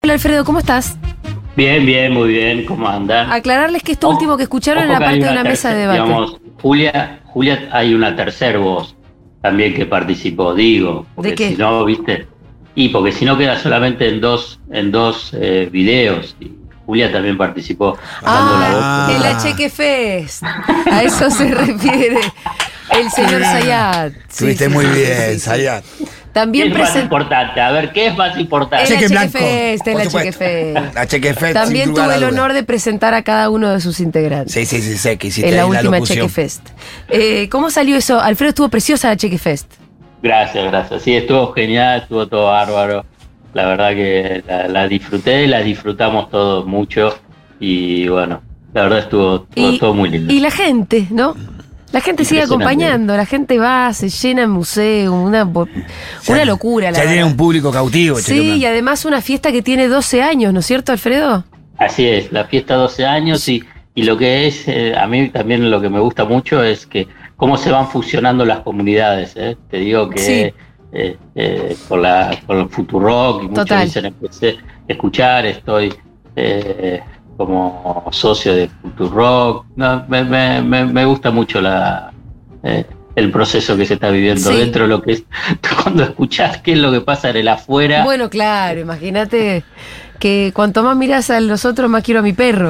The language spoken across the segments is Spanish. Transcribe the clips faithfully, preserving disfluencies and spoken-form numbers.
Hola Alfredo, ¿cómo estás? Bien, bien, muy bien, ¿cómo andan? Aclararles que esto Ojo, último que escucharon ojo era que parte hay de una tercer- mesa de debate. Digamos, Julia, Julia, hay una tercer voz también que participó, digo, porque ¿De qué? si no, viste, y porque si no queda solamente en dos, en dos eh, videos, y Julia también participó dando la voz. Ah, en la Cheque Fest. A eso se refiere el señor Zayat. Sí, Estuviste sí, muy sí, bien, sí, sí. Zayat. ¿Qué También es más presentó. importante? A ver, ¿qué es más importante? En la Cheque Cheque blanco, Fest, en por la Cheque supuesto. Fest. La Cheque Fest, También sin lugar tuve a el duda. honor de presentar a cada uno de sus integrantes. Sí, sí, sí, sé que hiciste En la ahí última locución. Cheque Fest. Eh, ¿Cómo salió eso? Alfredo, estuvo preciosa la Cheque Fest. Gracias, gracias. Sí, estuvo genial, estuvo todo bárbaro. La verdad que la, la disfruté, la disfrutamos todos mucho. Y bueno, la verdad estuvo, estuvo Y, todo muy lindo. y la gente, ¿no? La gente sigue Impresionante. acompañando, la gente va, se llena el museo, una, bo- una locura, la Ya tiene verdad. un público cautivo, Cheque Sí, Blanco. y además una fiesta que tiene doce años, ¿no es cierto, Alfredo? Así es, la fiesta doce años y, y lo que es, eh, a mí también lo que me gusta mucho es que cómo se van fusionando las comunidades. ¿eh? Te digo que Sí. eh, eh, con, la, con el Futurock y muchos Total. dicen empecé a escuchar, estoy eh, como socio de Futurock. No, me, me, me, me gusta mucho la... eh, el proceso que se está viviendo Sí. dentro de lo que es cuando escuchás qué es lo que pasa en el afuera. Bueno, claro, imagínate que cuanto más miras a los otros, más quiero a mi perro,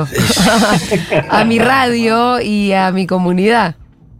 a mi radio y a mi comunidad.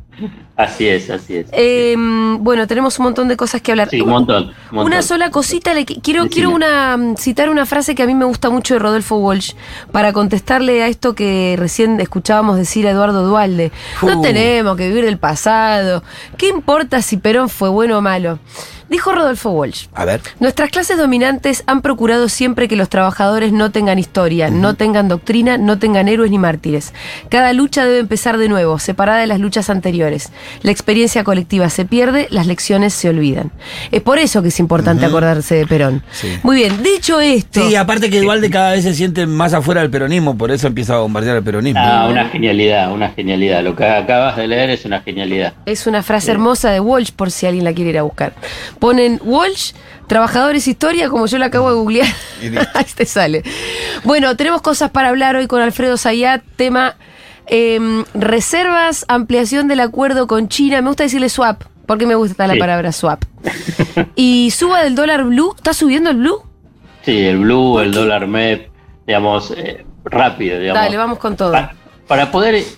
Así es, así es. Eh, bueno, tenemos un montón de cosas que hablar. Sí, un montón, un montón. Una sola cosita, le qui- quiero, Decime. quiero una, mm, citar una frase que a mí me gusta mucho de Rodolfo Walsh para contestarle a esto que recién escuchábamos decir a Eduardo Duhalde. No Uh. tenemos que vivir del pasado. ¿Qué importa si Perón fue bueno o malo? Dijo Rodolfo Walsh. A ver. Nuestras clases dominantes han procurado siempre que los trabajadores no tengan historia, no tengan doctrina, no tengan héroes ni mártires. Cada lucha debe empezar de nuevo, separada de las luchas anteriores. La experiencia colectiva se pierde, las lecciones se olvidan. Es por eso que es importante acordarse de Perón. Sí. Muy bien, dicho esto, Sí, aparte que Duhalde cada vez se siente más afuera del peronismo, por eso empieza a bombardear el peronismo. Ah, una genialidad, una genialidad. Lo que acabas de leer es una genialidad. es una frase hermosa de Walsh por si alguien la quiere ir a buscar. Ponen Walsh, trabajadores historia, como yo la acabo de googlear. Y listo. Ahí te sale. Bueno, tenemos cosas para hablar hoy con Alfredo Zayat, tema eh, reservas, ampliación del acuerdo con China. Me gusta decirle swap, porque me gusta la Sí. palabra swap. Y suba del dólar blue, ¿está subiendo el blue? Sí, el blue, el dólar M E P, digamos, eh, rápido, digamos. Dale, vamos con todo. Pa- para poder eh,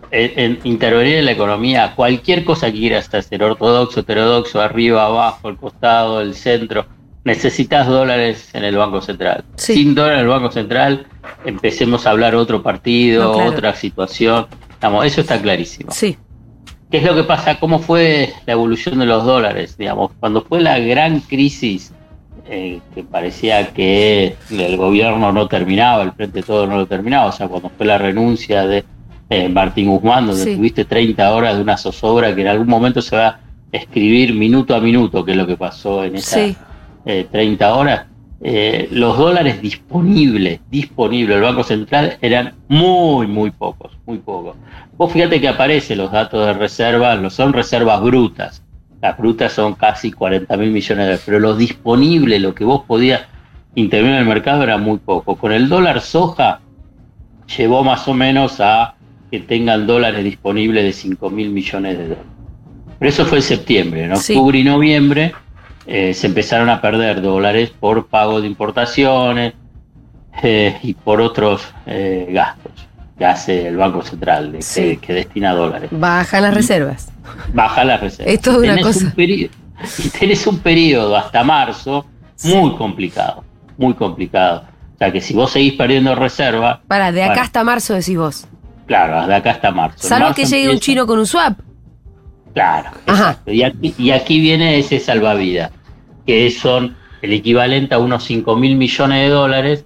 en- intervenir en la economía, cualquier cosa que quieras hacer, ortodoxo, heterodoxo, arriba, abajo, al costado, el centro, necesitas dólares en el Banco Central. Sí. Sin dólares en el Banco Central, empecemos a hablar otro partido, No, claro. otra situación. Digamos, eso está clarísimo. Sí, ¿Qué es lo que pasa? ¿Cómo fue la evolución de los dólares? Digamos, cuando fue la gran crisis, eh, que parecía que el gobierno no terminaba, el Frente de Todo no lo terminaba, o sea, cuando fue la renuncia de eh, Martín Guzmán, donde Sí. tuviste treinta horas de una zozobra que en algún momento se va a escribir minuto a minuto, que es lo que pasó en esas Sí. eh, treinta horas, eh, los dólares disponibles, disponibles del Banco Central eran muy, muy pocos, muy pocos. Vos fíjate que aparecen los datos de reservas, no son reservas brutas, las brutas son casi cuarenta mil millones de dólares, pero los disponibles, lo que vos podías intervenir en el mercado era muy poco. Con el dólar soja llevó más o menos a que tengan dólares disponibles de cinco mil millones de dólares. Pero eso fue en septiembre, en Sí. octubre y noviembre eh, se empezaron a perder dólares por pago de importaciones eh, y por otros eh, gastos que hace el Banco Central, de- Sí. que, que destina dólares. bajan las reservas. Baja la reserva. Es toda una Tenés cosa. un período- y tenés un periodo hasta marzo muy complicado, muy complicado. O sea que si vos seguís perdiendo reserva, Para, de acá bueno, hasta marzo decís vos. claro, de acá hasta marzo. En Salvo marzo que llegue un empieza- chino con un swap. Claro, Ajá. exacto. Y aquí, y aquí viene ese salvavidas, que son el equivalente a unos cinco mil millones de dólares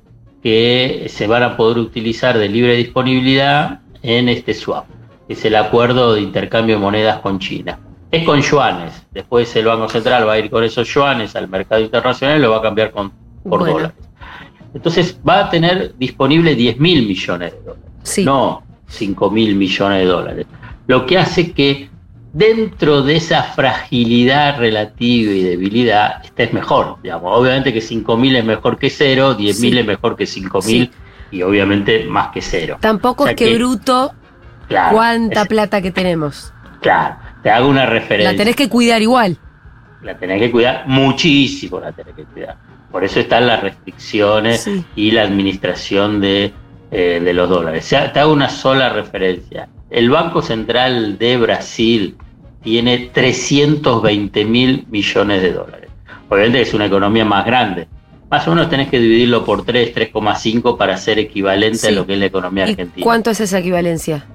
que se van a poder utilizar de libre disponibilidad en este swap, que es el acuerdo de intercambio de monedas con China. Es con yuanes, después el Banco Central va a ir con esos yuanes al mercado internacional y lo va a cambiar con, por Bueno. dólares. Entonces va a tener disponible diez mil millones de dólares, Sí. no cinco mil millones de dólares. Lo que hace que dentro de esa fragilidad relativa y debilidad, esta es mejor, digamos. Obviamente que cinco mil es mejor que cero, diez mil sí. es mejor que cinco mil sí. y obviamente más que cero. Tampoco o sea es que, que bruto claro, cuánta es, plata que tenemos. Claro, te hago una referencia. La tenés que cuidar igual. La tenés que cuidar muchísimo, la tenés que cuidar. Por eso están las restricciones sí. y la administración de, eh, de los dólares. O sea, te hago una sola referencia. El Banco Central de Brasil tiene trescientos veinte mil millones de dólares. Obviamente es una economía más grande. Más o menos tenés que dividirlo por tres, tres coma cinco para ser equivalente sí. a lo que es la economía argentina. ¿Y cuánto es esa equivalencia?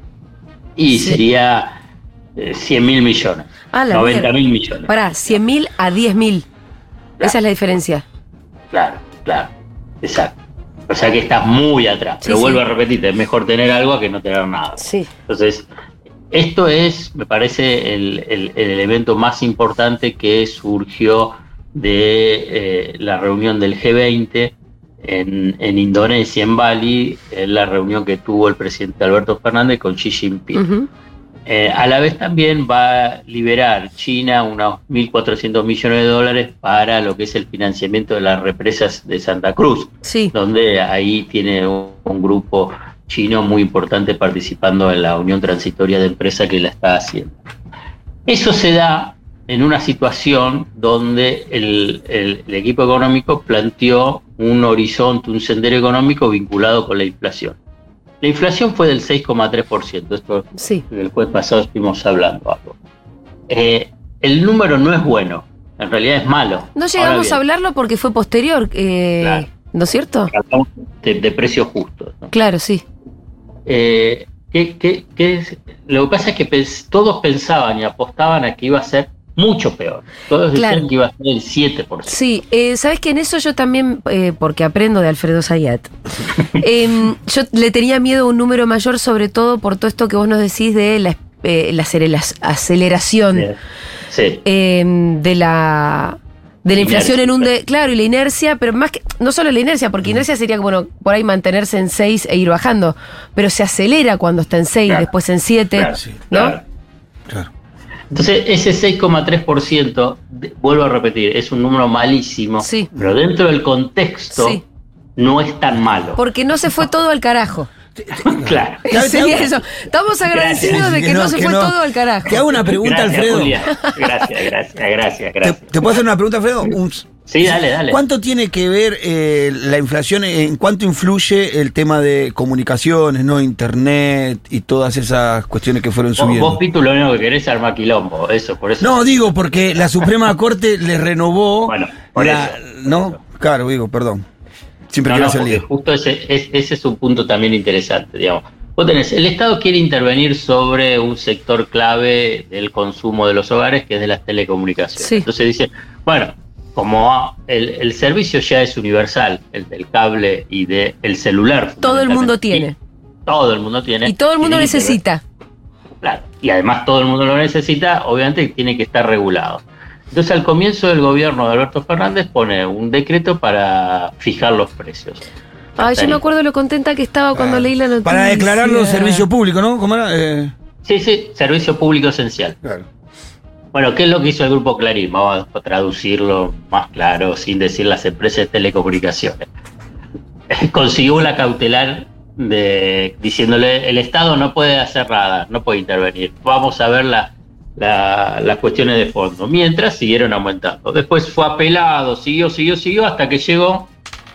Y sí. sería eh, cien mil millones. Ah, la noventa mil millones. Pará, cien mil a diez mil. Claro. Esa es la diferencia. Claro, claro. Exacto. O sea que estás muy atrás. Sí, pero vuelvo sí. a repetir, es mejor tener algo a que no tener nada. Sí. Entonces, esto es, me parece, el, el, el elemento más importante que surgió de eh, la reunión del G veinte en, en Indonesia, en Bali, en la reunión que tuvo el presidente Alberto Fernández con Xi Jinping. Uh-huh. Eh, a la vez también va a liberar China unos mil cuatrocientos millones de dólares para lo que es el financiamiento de las represas de Santa Cruz, sí. donde ahí tiene un, un grupo chino muy importante participando en la unión transitoria de empresas que la está haciendo. Eso se da en una situación donde el, el, el equipo económico planteó un horizonte, un sendero económico vinculado con la inflación. La inflación fue del seis coma tres por ciento, esto sí. el jueves pasado estuvimos hablando algo. Eh, el número no es bueno, en realidad es malo. No llegamos a hablarlo porque fue posterior, eh, claro. ¿no es cierto? Hablamos de, de precios justos, ¿no? Claro, sí. Eh, ¿qué, qué, qué es? Lo que pasa es que pens- todos pensaban y apostaban a que iba a ser mucho peor. Todos claro. decían que iba a ser el siete por ciento. Sí, eh, sabes que en eso yo también, eh, porque aprendo de Alfredo Zayat, eh, yo le tenía miedo a un número mayor, sobre todo por todo esto que vos nos decís de la, eh, la aceleración sí. Sí. Eh, de la de la inflación en un de, claro, y la inercia, pero más que, no solo la inercia, porque inercia sería bueno, por ahí mantenerse en seis e ir bajando, pero se acelera cuando está en seis, claro. después en siete, claro, sí, ¿no? Claro. claro. Entonces, ese seis coma tres por ciento, vuelvo a repetir, es un número malísimo, sí. pero dentro del contexto sí. no es tan malo. Porque no se fue todo al carajo. Claro. Sería eso. Estamos agradecidos gracias. de que, que no, no se que fue no. todo al carajo. Te hago una pregunta, gracias, Alfredo. Julia. Gracias, gracias, gracias, gracias. ¿Te, ¿Te puedo hacer una pregunta, Alfredo? Un, sí, dale, dale. ¿Cuánto tiene que ver eh, la inflación, en cuánto influye el tema de comunicaciones, no internet y todas esas cuestiones que fueron vos, subiendo? Vos, Pitu, lo único que querés es armar quilombo, eso, por eso. No, digo, porque la Suprema Corte le renovó. Bueno, por la, eso. ¿no? Claro, digo, perdón. Siempre no, quiero no, hacer lío. Justo ese, es, ese es un punto también interesante, digamos. Vos tenés, el Estado quiere intervenir sobre un sector clave del consumo de los hogares, que es de las telecomunicaciones. Sí. Entonces dice, bueno, como el, el servicio ya es universal, el del cable y del de celular. Todo el mundo tiene. Todo el mundo tiene. Y todo el mundo necesita. Claro, y además todo el mundo lo necesita, obviamente tiene que estar regulado. Entonces al comienzo del gobierno de Alberto Fernández pone un decreto para fijar los precios. Ay, yo me acuerdo lo contenta que estaba cuando ah, leí la noticia. Para declararlo servicio público, ¿no? ¿Cómo era? Eh... Sí, sí, servicio público esencial. Claro. Bueno, ¿qué es lo que hizo el Grupo Clarín? Vamos a traducirlo más claro, sin decir las empresas de telecomunicaciones. Consiguió la cautelar de diciéndole, el Estado no puede hacer nada, no puede intervenir. Vamos a ver la, la, las cuestiones de fondo. Mientras siguieron aumentando. Después fue apelado, siguió, siguió, siguió, hasta que llegó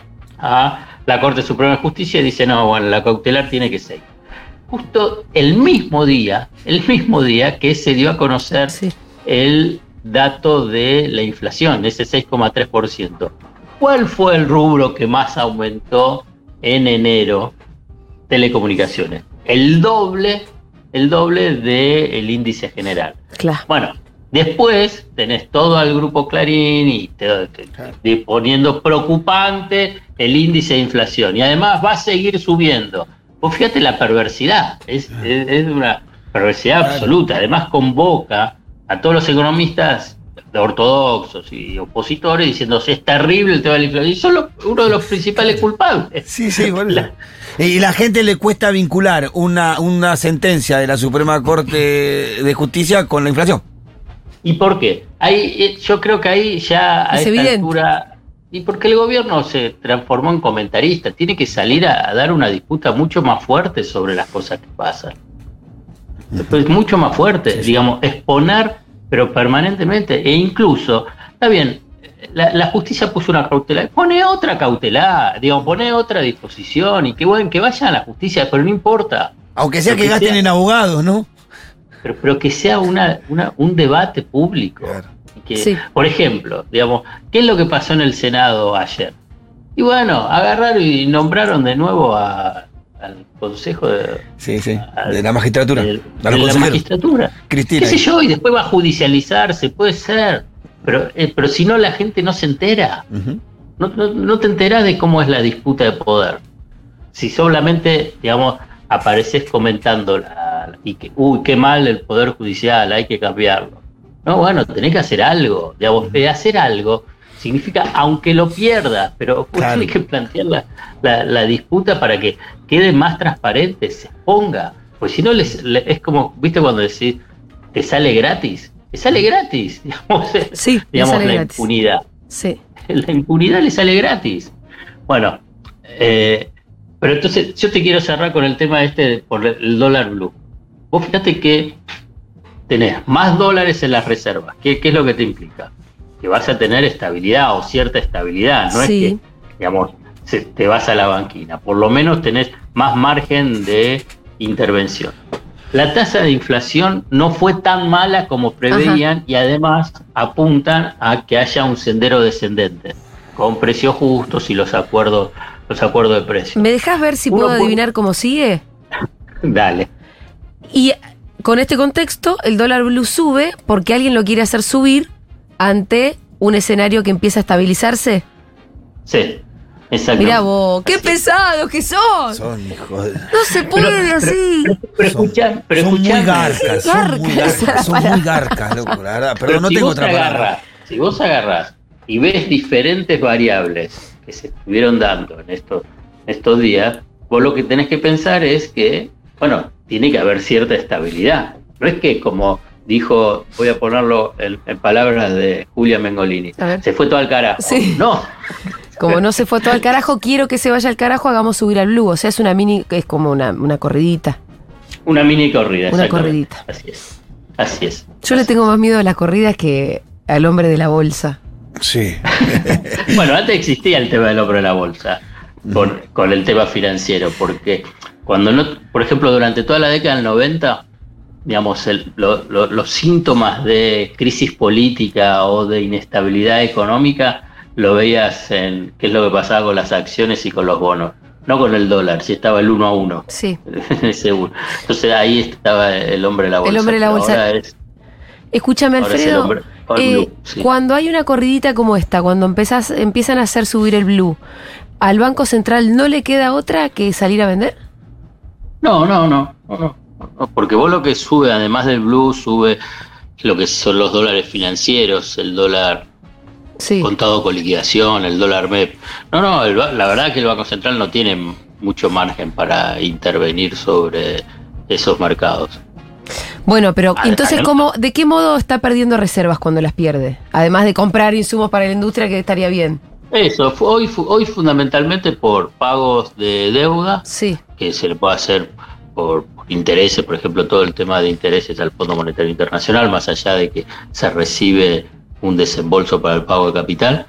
a la Corte Suprema de Justicia y dice, no, bueno, la cautelar tiene que seguir. Justo el mismo día, el mismo día que se dio a conocer sí. el dato de la inflación, ese seis coma tres por ciento. ¿Cuál fue el rubro que más aumentó en enero? Telecomunicaciones. El doble, el doble del índice general. Claro. Bueno, después tenés todo al Grupo Clarín y te, te, te, poniendo preocupante el índice de inflación. Y además va a seguir subiendo. Pues fíjate la perversidad. Es, es, es una perversidad absoluta. Además convoca a todos los economistas de ortodoxos y opositores diciendo es terrible el tema de la inflación, y son los, uno de los principales culpables. Sí, sí, bueno. La, y la gente le cuesta vincular una, una sentencia de la Suprema Corte de Justicia con la inflación. ¿Y por qué? Ahí, yo creo que ahí ya a es esta evidente. altura... Y porque el gobierno se transformó en comentarista, tiene que salir a, a dar una disputa mucho más fuerte sobre las cosas que pasan. Es mucho más fuerte, digamos, exponer, pero permanentemente, e incluso, está bien, la, la justicia puso una cautelar, pone otra cautelar, digamos, pone otra disposición, y que bueno, que vayan a la justicia, pero no importa. Aunque sea que, que gasten sea, en abogados, ¿no? Pero, pero que sea una, una, un debate público. Claro. Que, sí. Por ejemplo, digamos, ¿qué es lo que pasó en el Senado ayer? Y bueno, agarraron y nombraron de nuevo a, al Consejo de, sí, sí, a, de la magistratura. De, de la magistratura. Cristina. ¿Qué sé yo? Y después va a judicializarse, puede ser. Pero, eh, pero si no, la gente no se entera. Uh-huh. No, no, no te enteras de cómo es la disputa de poder. Si solamente, digamos, apareces comentando la, y que, uy, qué mal el Poder Judicial, hay que cambiarlo. No, bueno, tenés que hacer algo. Digamos, de hacer algo significa, aunque lo pierdas, pero claro. Tenés que plantear la, la, la disputa para que quede más transparente, se exponga. Pues si no, les, les, es como, ¿viste cuando decís, te sale gratis? Te sale gratis, digamos, sí, digamos sale la gratis. impunidad. Sí. La impunidad le sale gratis. Bueno, eh, pero entonces yo te quiero cerrar con el tema este por el dólar blue. Vos fíjate que tenés más dólares en las reservas. ¿Qué, qué es lo que te implica? Que vas a tener estabilidad o cierta estabilidad. No sí. es que, digamos, se, te vas a la banquina. Por lo menos tenés más margen de intervención. La tasa de inflación no fue tan mala como preveían. Ajá. Y además apuntan a que haya un sendero descendente con precios justos y los acuerdos, los acuerdos de precios. ¿Me dejás ver si Uno puedo adivinar puede... cómo sigue? Dale. Y con este contexto, el dólar blue sube porque alguien lo quiere hacer subir ante un escenario que empieza a estabilizarse. Sí, exacto. Mirá vos, qué pesados que son. Son hijos de... No se puede pero, así. Pero, pero, pero escuchá, pero son escuchá, muy garcas, son garcas, muy garcas, son muy garcas, loco, la verdad. Pero, pero no si tengo vos otra agarrás, palabra. Si vos agarrás y ves diferentes variables que se estuvieron dando en estos, estos días, vos lo que tenés que pensar es que, bueno, tiene que haber cierta estabilidad. No es que, como dijo, voy a ponerlo en, en palabras de Julia Mengolini, se fue todo al carajo. Sí. No. Como no se fue todo al carajo, quiero que se vaya al carajo, hagamos subir al blue. O sea, es una mini, es como una, una corridita. Una mini corrida, Una corridita. Así es. Así es. Yo le tengo más miedo a las corridas que al hombre de la bolsa. Sí. Bueno, antes existía el tema del hombre de la bolsa, con, con el tema financiero, porque cuando no, por ejemplo, durante toda la década del noventa, digamos, el, lo, lo, los síntomas de crisis política o de inestabilidad económica lo veías en qué es lo que pasaba con las acciones y con los bonos, no con el dólar, si estaba el uno a uno. Sí. Entonces ahí estaba el hombre de la bolsa. El hombre de la bolsa. Es, Escúchame, Alfredo, hombre, eh, blue, sí. Cuando hay una corridita como esta, cuando empezás, empiezan a hacer subir el blue, ¿al Banco Central no le queda otra que salir a vender? No, no, no, no, no, no, porque vos lo que sube, además del blue, sube lo que son los dólares financieros, el dólar sí. contado con liquidación, el dólar M E P. No, no, el, la verdad es que el Banco Central no tiene mucho margen para intervenir sobre esos mercados. Bueno, pero entonces, ¿cómo, ¿de qué modo está perdiendo reservas cuando las pierde? Además de comprar insumos para la industria, que estaría bien. Eso, hoy, hoy fundamentalmente por pagos de deuda, sí. que se le puede hacer por, por intereses, por ejemplo, todo el tema de intereses al Fondo Monetario Internacional, más allá de que se recibe un desembolso para el pago de capital,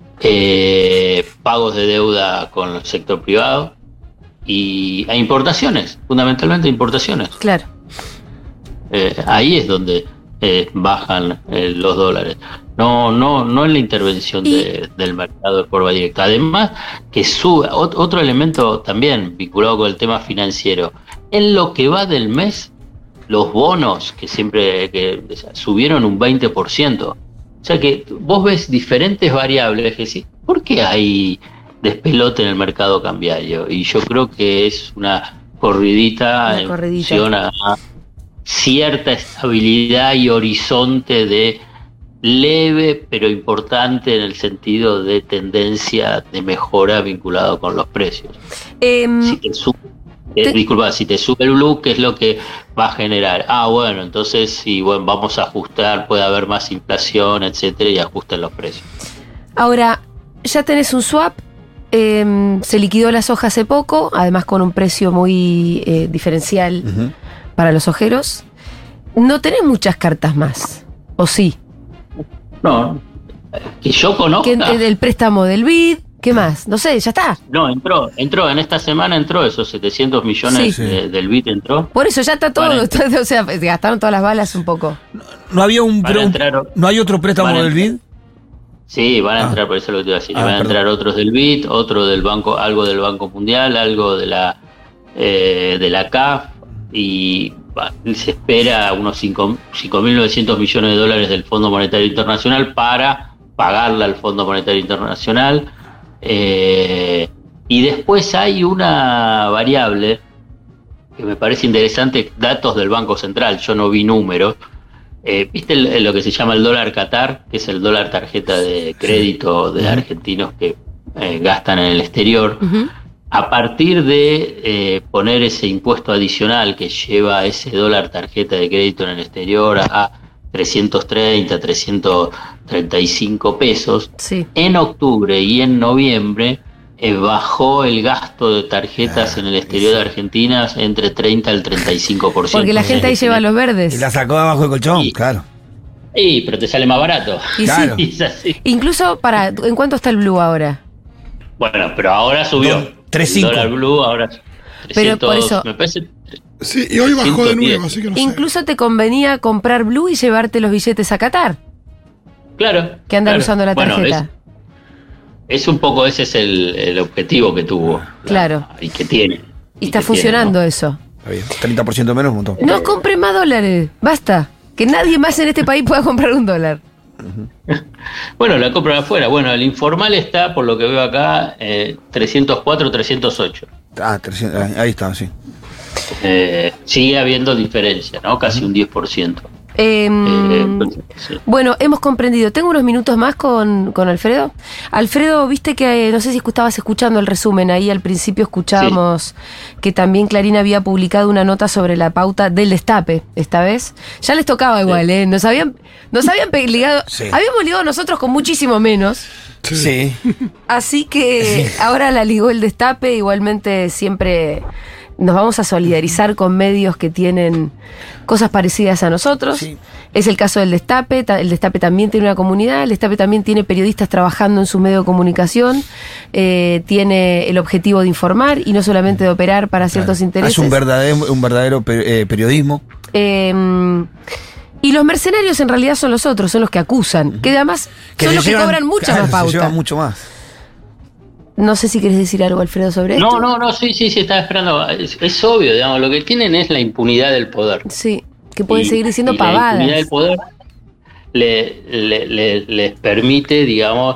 eh, pagos de deuda con el sector privado y a importaciones, fundamentalmente importaciones. Claro. Eh, ahí es donde eh, bajan eh, los dólares, no no no en la intervención de, del mercado de forma directa. Además que sube, ot- otro elemento también vinculado con el tema financiero, en lo que va del mes, los bonos que siempre que subieron un veinte por ciento. O sea que vos ves diferentes variables que sí, ¿por qué hay despelote en el mercado cambiario? Y yo creo que es una corridita, una en corridita. función a cierta estabilidad y horizonte de leve pero importante en el sentido de tendencia de mejora vinculado con los precios. Eh, si te sube, eh, te... Disculpa, si te sube el blue, ¿qué es lo que va a generar? Ah, bueno, entonces sí, bueno, vamos a ajustar, puede haber más inflación, etcétera, y ajusten los precios. Ahora, ya tenés un swap, eh, se liquidó la soja hace poco, además con un precio muy eh, diferencial uh-huh. para los ojeros. No tenés muchas cartas más, ¿o sí? No, que yo conozca. Que el préstamo del B I D, ¿qué más? No sé, ya está. No, entró, entró, en esta semana entró esos setecientos millones sí. de, del B I D entró. Por eso ya está todo, está, o sea, gastaron todas las balas un poco. No, no había un, pro, entrar, ¿no hay otro préstamo del B I D? Sí, van a ah. entrar, por eso es lo que te iba a decir, ah, van a perdón. entrar otros del B I D, otro del banco, algo del Banco Mundial, algo de la eh, de la C A F y se espera unos cinco mil novecientos millones de dólares del Fondo Monetario Internacional para pagarle al Fondo Monetario Internacional. Eh, y después hay una variable que me parece interesante, datos del Banco Central, yo no vi números. Eh, ¿Viste el, lo que se llama el dólar Qatar, que es el dólar tarjeta de crédito de argentinos que eh, gastan en el exterior? Uh-huh. A partir de eh, poner ese impuesto adicional que lleva ese dólar tarjeta de crédito en el exterior a trescientos treinta, trescientos treinta y cinco pesos, sí. en octubre y en noviembre eh, bajó el gasto de tarjetas ah, en el exterior sí. de Argentina entre treinta al treinta y cinco por ciento. Porque la gente ahí lleva los verdes. Y la sacó de abajo del colchón, y, claro. Sí, pero te sale más barato. Y claro. sí. Es así. Incluso, para, ¿en cuánto está el blue ahora? Bueno, pero ahora subió. No. tres punto cinco. El dólar blue ahora trescientos, pero por eso, me parece. Sí, y hoy bajó de nuevo, así que no sé. Incluso te convenía comprar blue y llevarte los billetes a Qatar. Claro. Que andan claro. usando la tarjeta. Bueno, es, es un poco ese es el, el objetivo que tuvo. Claro. La, y que tiene. Y, y está funcionando tiene, ¿no? eso. Está bien. treinta por ciento menos, un montón. No compres más dólares. Basta. Que nadie más en este país pueda comprar un dólar. Bueno, la compra de afuera. Bueno, el informal está, por lo que veo acá, eh, trescientos cuatro, trescientos ocho. Ah, trescientos, ahí está, sí. Eh, sigue habiendo diferencia, ¿no? Casi un diez por ciento. Eh, eh, sí. Bueno, hemos comprendido. Tengo unos minutos más con, con Alfredo. Alfredo, viste que, no sé si estabas escuchando el resumen, ahí al principio escuchábamos sí. que también Clarín había publicado una nota sobre la pauta del destape, esta vez. Ya les tocaba igual, sí. ¿eh? Nos habían, nos habían ligado, sí. habíamos ligado nosotros con muchísimo menos. Sí. Así que sí. ahora la ligó el destape, igualmente siempre... Nos vamos a solidarizar con medios que tienen cosas parecidas a nosotros. Sí. Es el caso del Destape. El Destape también tiene una comunidad. El Destape también tiene periodistas trabajando en su medio de comunicación. Eh, tiene el objetivo de informar y no solamente de operar para ciertos claro. intereses. Es un verdadero, un verdadero eh, periodismo. Eh, y los mercenarios en realidad son los otros, son los que acusan. Que además que son los llevan, que cobran mucha claro, más pauta. Se llevan mucho más. No sé si quieres decir algo, Alfredo, sobre no, esto. No, no, no, sí, sí, sí, estaba esperando. Es, es obvio, digamos, lo que tienen es la impunidad del poder. Sí, que pueden y, seguir diciendo y pavadas. La impunidad del poder le, le, le, les permite, digamos,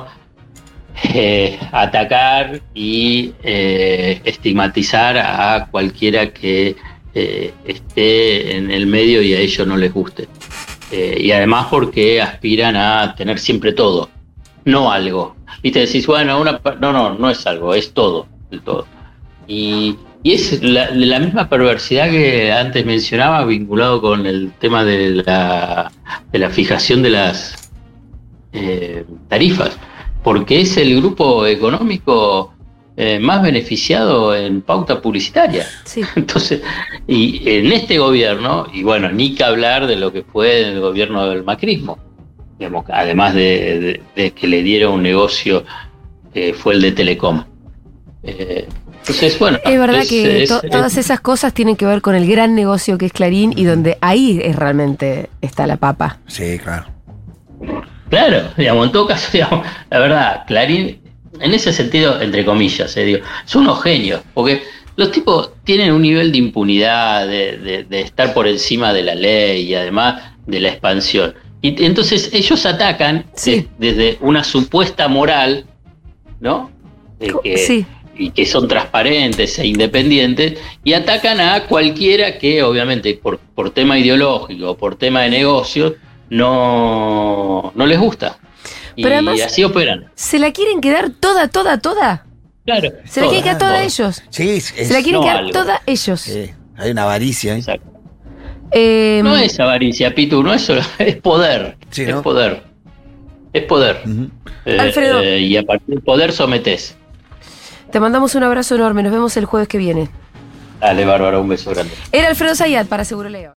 eh, atacar y eh, estigmatizar a cualquiera que eh, esté en el medio y a ellos no les guste. Eh, y además porque aspiran a tener siempre todo, no algo. Viste, decís, bueno, una, no, no, no es algo, es todo, el todo. Y, y es la, la misma perversidad que antes mencionaba, vinculado con el tema de la, de la fijación de las eh, tarifas, porque es el grupo económico eh, más beneficiado en pauta publicitaria. Sí. Entonces, y en este gobierno, y bueno, ni que hablar de lo que fue el gobierno del macrismo. Digamos, además de, de, de que le dieron un negocio que fue el de Telecom. Eh, entonces, bueno. Es verdad es, que es, to, es, todas esas cosas tienen que ver con el gran negocio que es Clarín y donde ahí es realmente está la papa. Sí, claro. Claro, digamos, en todo caso, digamos, la verdad, Clarín, en ese sentido, entre comillas, eh, digo, son unos genios, porque los tipos tienen un nivel de impunidad, de, de, de estar por encima de la ley y además de la expansión. Y entonces ellos atacan sí. de, desde una supuesta moral, ¿no? De que, sí. Y que son transparentes e independientes, y atacan a cualquiera que, obviamente, por, por tema ideológico, por tema de negocios, no, no les gusta. Y Pero además, así operan. ¿Se la quieren quedar toda, toda, toda? Claro. Se la quieren quedar toda ellos. Sí, es, Se la quieren no quedar algo. toda ellos. sí, hay una avaricia ahí. Exacto. Eh, No es avaricia, Pitu, no es solo, es poder. Sí, es ¿no? poder. Es poder. Ujú. Eh, Alfredo. eh, y a partir del poder sometés. Te mandamos un abrazo enorme. Nos vemos el jueves que viene. Dale, Bárbara, un beso grande. Era Alfredo Zayat para Seguro Leo.